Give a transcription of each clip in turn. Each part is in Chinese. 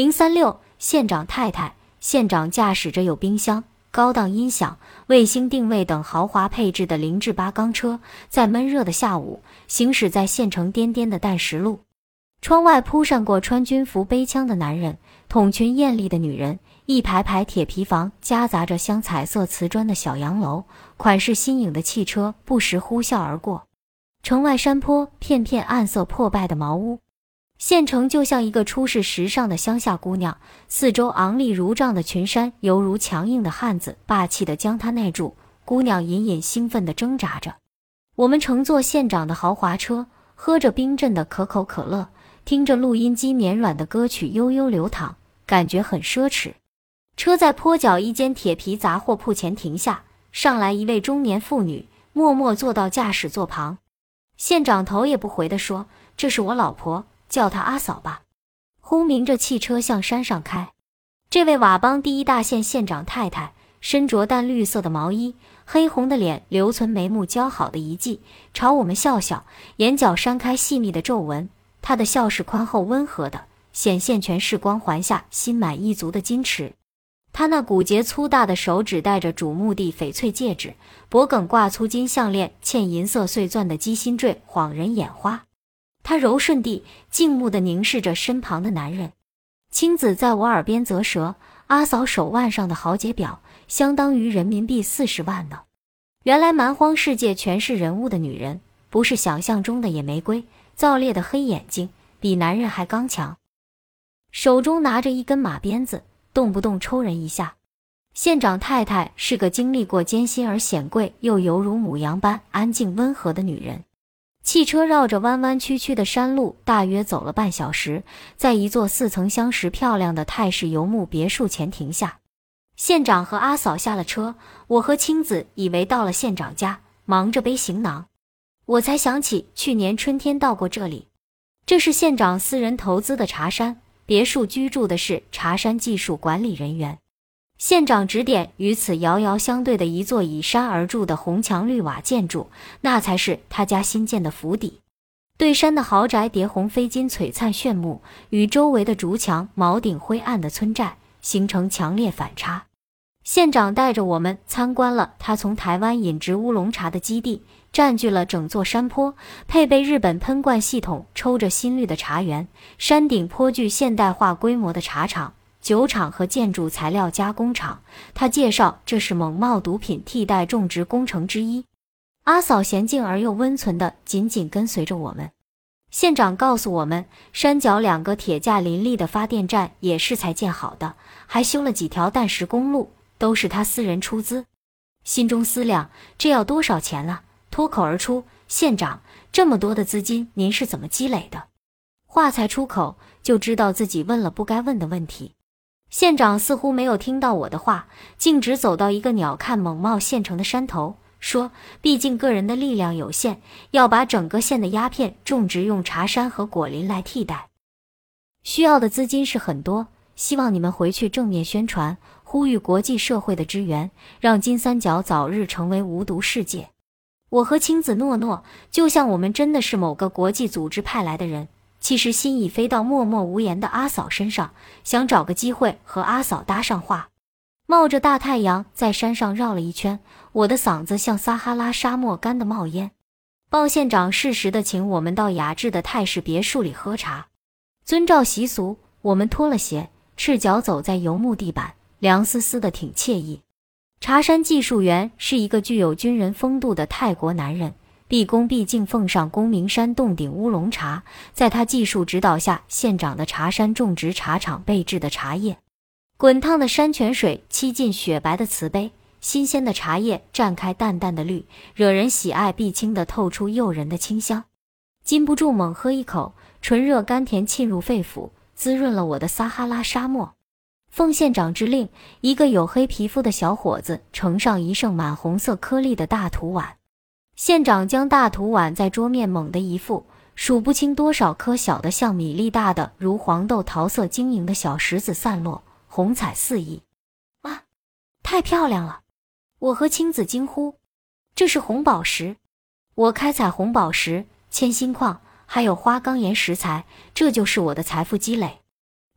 036县长太太。县长驾驶着有冰箱、高档音响、卫星定位等豪华配置的0至8缸车，在闷热的下午行驶在县城颠颠的淡石路。窗外铺散过穿军服背枪的男人，筒裙艳丽的女人，一排排铁皮房夹杂着镶彩色瓷砖的小洋楼，款式新颖的汽车不时呼啸而过。城外山坡片片暗色破败的茅屋，县城就像一个出世时尚的乡下姑娘，四周昂立如丈的群山犹如强硬的汉子，霸气地将她内住。姑娘隐隐兴奋地挣扎着。我们乘坐县长的豪华车，喝着冰镇的可口可乐，听着录音机绵软的歌曲悠悠流淌，感觉很奢侈。车在坡角一间铁皮杂货铺前停下，上来一位中年妇女，默默坐到驾驶座旁。县长头也不回地说：“这是我老婆，叫她阿嫂吧。”轰鸣着汽车向山上开。这位佤邦第一大县县长太太身着淡绿色的毛衣，黑红的脸留存眉目姣好的遗迹，朝我们笑笑，眼角闪开细密的皱纹。她的笑是宽厚温和的，显现权势光环下心满意足的矜持。她那骨节粗大的手指戴着瞩目的翡翠戒指，脖梗挂粗金项链，嵌银色碎钻的鸡心坠晃人眼花。她柔顺地、静穆地凝视着身旁的男人。青子在我耳边啧舌：“阿嫂手腕上的豪杰表，相当于人民币40万呢。”原来蛮荒世界全是人物的女人，不是想象中的野玫瑰，燥烈的黑眼睛，比男人还刚强。手中拿着一根马鞭子，动不动抽人一下。县长太太是个经历过艰辛而显贵，又犹如母羊般安静温和的女人。汽车绕着弯弯曲曲的山路，大约走了半小时，在一座4层相识漂亮的泰式游牧别墅前停下。县长和阿嫂下了车，我和青子以为到了县长家，忙着背行囊。我才想起去年春天到过这里。这是县长私人投资的茶山，别墅居住的是茶山技术管理人员。县长指点与此遥遥相对的一座以山而筑的红墙绿瓦建筑，那才是他家新建的府邸。对山的豪宅叠红飞金璀璨炫目，与周围的竹墙茅顶灰暗的村寨形成强烈反差。县长带着我们参观了他从台湾引植乌龙茶的基地，占据了整座山坡，配备日本喷灌系统抽着新绿的茶园，山顶颇具现代化规模的茶厂、酒厂和建筑材料加工厂。他介绍这是蒙茂毒品替代种植工程之一。阿嫂娴静而又温存地紧紧跟随着我们。县长告诉我们，山脚2个铁架林立的发电站也是才建好的，还修了几条淡石公路，都是他私人出资。心中思量，这要多少钱啊？脱口而出：“县长，这么多的资金您是怎么积累的？”话才出口，就知道自己问了不该问的问题。县长似乎没有听到我的话，径直走到一个鸟瞰蒙茂县城的山头，说：“毕竟个人的力量有限，要把整个县的鸦片种植用茶山和果林来替代，需要的资金是很多，希望你们回去正面宣传，呼吁国际社会的支援，让金三角早日成为无毒世界。”我和青子诺诺，就像我们真的是某个国际组织派来的人，其实心已飞到默默无言的阿嫂身上，想找个机会和阿嫂搭上话。冒着大太阳在山上绕了一圈，我的嗓子像撒哈拉沙漠干的冒烟。鲍县长适时地请我们到雅致的泰式别墅里喝茶。遵照习俗，我们脱了鞋，赤脚走在游牧地板，凉丝丝的挺惬意。茶山技术员是一个具有军人风度的泰国男人，毕恭毕敬奉上公明山洞顶乌龙茶，在他技术指导下，县长的茶山种植茶厂备制的茶叶。滚烫的山泉水沏进雪白的瓷杯，新鲜的茶叶绽开淡淡的绿，惹人喜爱，碧青的透出诱人的清香。禁不住猛喝一口，纯热甘甜沁入肺腑，滋润了我的撒哈拉沙漠。奉县长之令，一个黝黑皮肤的小伙子盛上一盛满红色颗粒的大土碗。县长将大土碗在桌面猛地一覆，数不清多少颗小的像米粒大的如黄豆桃色晶莹的小石子散落，红彩四溢。哇，太漂亮了！我和青子惊呼。这是红宝石。我开采红宝石、铅锌矿，还有花岗岩石材，这就是我的财富积累。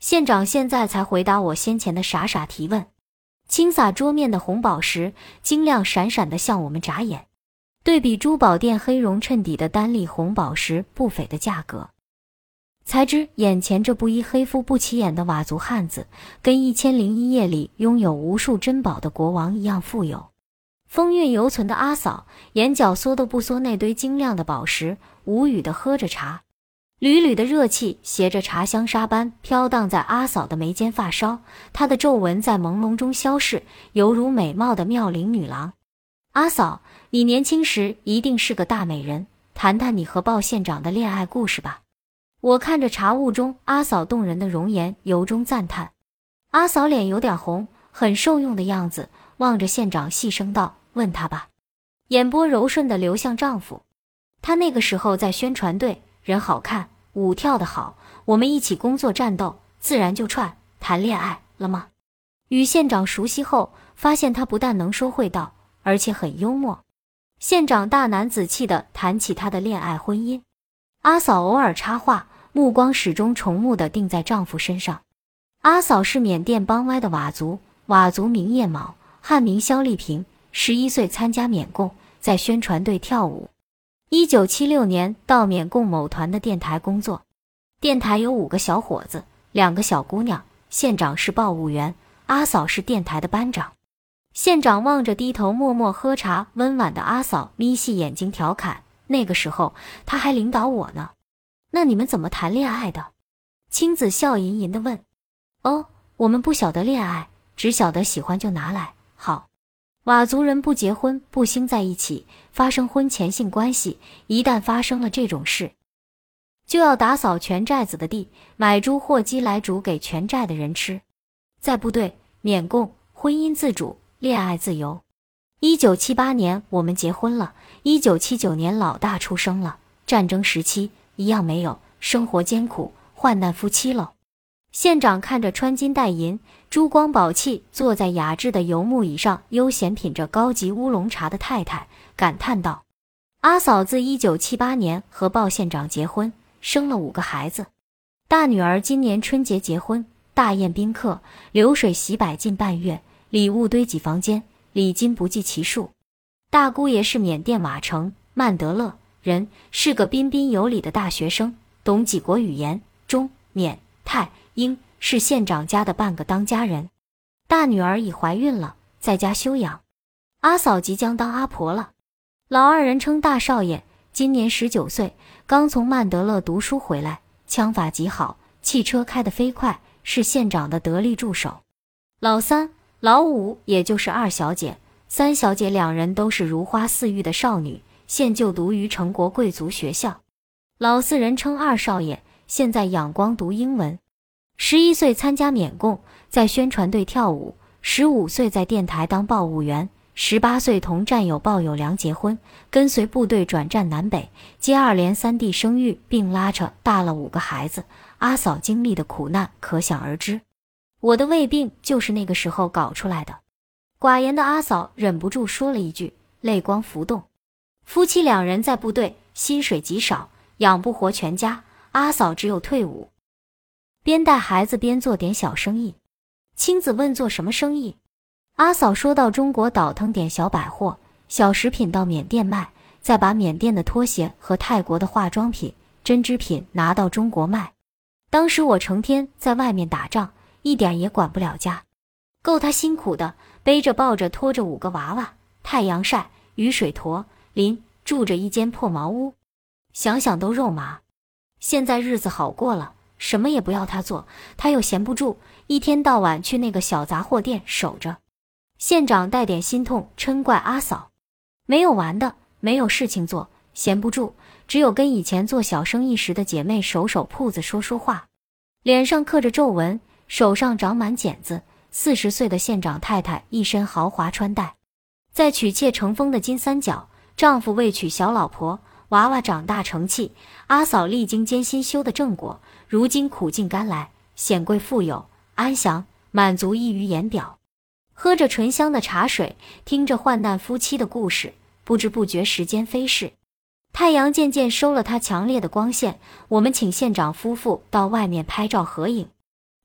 县长现在才回答我先前的傻傻提问。轻洒桌面的红宝石，晶亮闪闪地向我们眨眼。对比珠宝店黑绒衬底的单粒红宝石不菲的价格，才知眼前这不一黑肤不起眼的佤族汉子，跟1001夜里拥有无数珍宝的国王一样富有。风韵犹存的阿嫂，眼角缩都不缩那堆晶亮的宝石，无语地喝着茶。缕缕的热气携着茶香沙般飘荡在阿嫂的眉间发梢，她的皱纹在朦胧中消逝，犹如美貌的妙龄女郎。阿嫂，你年轻时一定是个大美人，谈谈你和鲍县长的恋爱故事吧。我看着茶雾中阿嫂动人的容颜，由衷赞叹。阿嫂脸有点红，很受用的样子，望着县长细声道：“问他吧。”眼波柔顺地流向丈夫。他那个时候在宣传队，人好看，舞跳得好，我们一起工作战斗，自然就谈恋爱了吗？与县长熟悉后，发现他不但能说会道，而且很幽默。县长大男子气地谈起他的恋爱婚姻，阿嫂偶尔插话，目光始终重目地定在丈夫身上。阿嫂是缅甸邦歪的佤族，佤族名叶卯，汉名肖丽萍，11岁参加缅共，在宣传队跳舞。1976年到缅共某团的电台工作，电台有5个小伙子，2个小姑娘，县长是报务员，阿嫂是电台的班长。县长望着低头默默喝茶温婉的阿嫂，眯细眼睛调侃：“那个时候他还领导我呢。”“那你们怎么谈恋爱的？”青子笑吟吟地问。“哦，我们不晓得恋爱，只晓得喜欢就拿来。好，佤族人不结婚不兴在一起，发生婚前性关系，一旦发生了这种事，就要打扫全寨子的地，买猪或鸡来煮给全寨的人吃。在部队，缅共，婚姻自主，恋爱自由。1978年我们结婚了，1979年老大出生了，战争时期一样没有，生活艰苦，患难夫妻喽。”县长看着穿金戴银、珠光宝气坐在雅致的游木椅上悠闲品着高级乌龙茶的太太，感叹道：“阿嫂自1978年和鲍县长结婚，生了5个孩子。大女儿今年春节结婚，大宴宾客，流水席摆近半月，礼物堆几房间，礼金不计其数。大姑爷是缅甸佤城曼德勒人，是个彬彬有礼的大学生，懂几国语言，中、缅、泰、英，是县长家的半个当家人。大女儿已怀孕了，在家休养。阿嫂即将当阿婆了。老二人称大少爷，今年19岁，刚从曼德勒读书回来，枪法极好，汽车开得飞快，是县长的得力助手。老三、老五也就是二小姐、三小姐两人都是如花似玉的少女，现就读于成国贵族学校。老四人称二少爷，现在仰光读英文。11岁参加缅共，在宣传队跳舞，15岁在电台当报务员，18岁同战友鲍有良结婚，跟随部队转战南北，接二连三地生育，并拉扯大了5个孩子。阿嫂经历的苦难可想而知。我的胃病就是那个时候搞出来的。寡言的阿嫂忍不住说了一句，泪光浮动。夫妻2人在部队，薪水极少，养不活全家，阿嫂只有退伍，边带孩子边做点小生意。青子问做什么生意？阿嫂说到中国倒腾点小百货、小食品到缅甸卖，再把缅甸的拖鞋和泰国的化妆品、针织品拿到中国卖。当时我成天在外面打仗，一点也管不了家，够他辛苦的，背着抱着拖着5个娃娃，太阳晒，雨水驮，淋，住着一间破茅屋，想想都肉麻。现在日子好过了，什么也不要他做，他又闲不住，一天到晚去那个小杂货店守着。县长带点心痛，嗔怪阿嫂，没有玩的，没有事情做，闲不住，只有跟以前做小生意时的姐妹守铺子说话。脸上刻着皱纹，手上长满茧子。40岁的县长太太一身豪华穿戴，在娶妾成风的金三角，丈夫未娶小老婆，娃娃长大成器，阿嫂历经艰辛修的正果，如今苦尽甘来，显贵富有，安详满足溢于言表。喝着醇香的茶水，听着患难夫妻的故事，不知不觉时间飞逝。太阳渐渐收了它强烈的光线，我们请县长夫妇到外面拍照合影。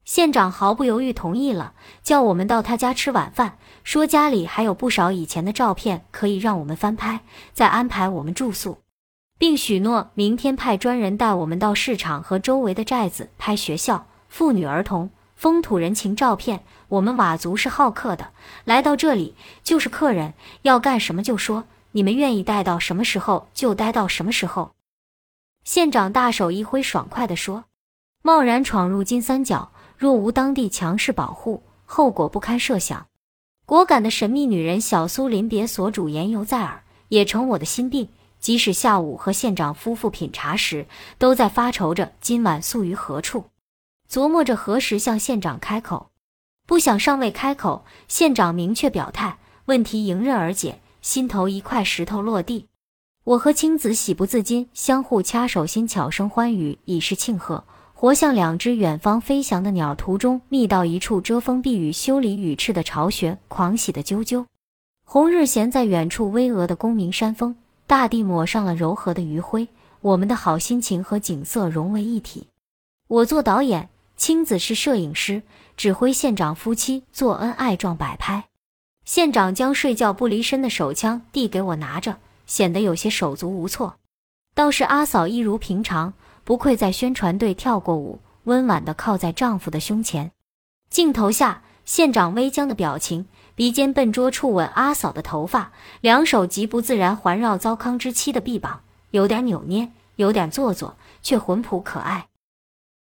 县长毫不犹豫同意了，叫我们到他家吃晚饭，说家里还有不少以前的照片可以让我们翻拍，再安排我们住宿，并许诺明天派专人带我们到市场和周围的寨子拍学校、妇女儿童、风土人情照片。我们佤族是好客的，来到这里就是客人，要干什么就说，你们愿意待到什么时候就待到什么时候。县长大手一挥，爽快地说，贸然闯入金三角，若无当地强势保护，后果不堪设想。果敢的神秘女人小苏临别所主言犹在耳，也成我的心病。即使下午和县长夫妇品茶时，都在发愁着今晚宿于何处，琢磨着何时向县长开口。不想尚未开口，县长明确表态，问题迎刃而解，心头一块石头落地。我和青子喜不自禁，相互掐手心，巧声欢语，以示庆贺，活像两只远方飞翔的鸟，途中觅到一处遮风避雨、修理羽翅的巢穴，狂喜的啾啾。红日闲在远处巍峨的功名山峰，大地抹上了柔和的余晖，我们的好心情和景色融为一体。我做导演，青子是摄影师，指挥县长夫妻做恩爱状摆拍。县长将睡觉不离身的手枪递给我拿着，显得有些手足无措。倒是阿嫂一如平常，不愧在宣传队跳过舞，温婉地靠在丈夫的胸前。镜头下，县长微僵的表情，鼻尖笨拙触吻阿嫂的头发，两手极不自然环绕糟糠之妻的臂膀，有点扭捏，有点做作，却浑朴可爱。